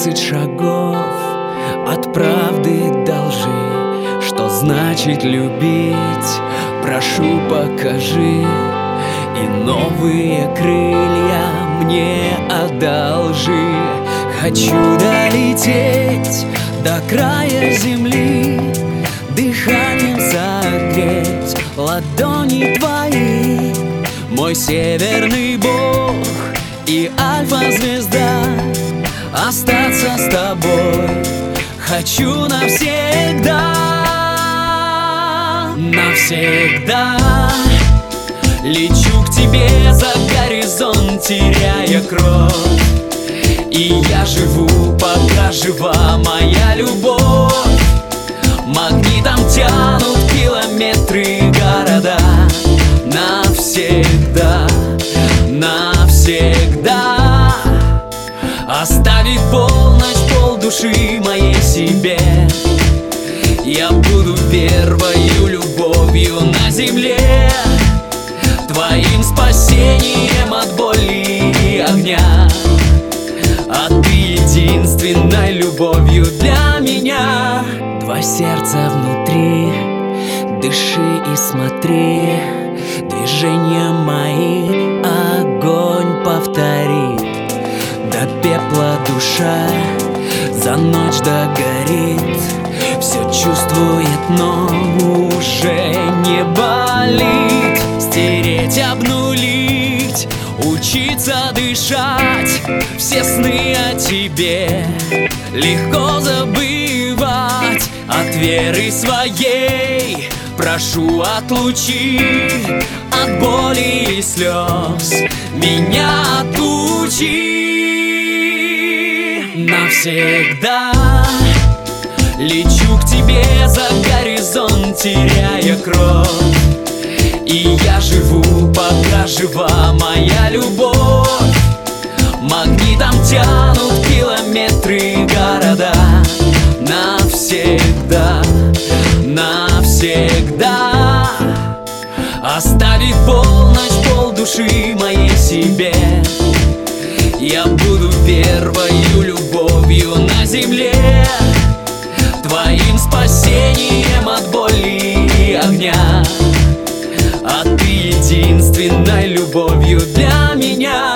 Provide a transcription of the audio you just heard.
20 шагов от правды должи. Что значит любить? Прошу, покажи. И новые крылья мне одолжи. Хочу долететь до края земли, дыханием согреть ладони твои. Мой северный бог и альфа-звезда, остаться с тобой хочу навсегда. Навсегда лечу к тебе за горизонт, теряя кровь. И я живу, пока жива моя любовь. Магнитом тянут километры города. Навсегда, навсегда оставив полночь, полдуши моей себе, я буду первою любовью на земле, твоим спасением от боли и огня. А ты единственной любовью для меня. Два сердца внутри, дыши и смотри. Движения мои огонь повторит. До пепла душа за ночь догорит. Все чувствует, но уже не болит. Стереть, обнулить, учиться дышать. Все сны о тебе легко забывать. От веры своей прошу, отлучи от боли и слез, меня отучи. Навсегда лечу к тебе за горизонт, теряя кровь. И я живу, пока жива моя любовь. Магнитом тянут километры города. Навсегда, навсегда оставив полночь, полдуши моей себе, я буду первою любовью на земле, твоим спасением от боли и огня. А ты единственной любовью для меня.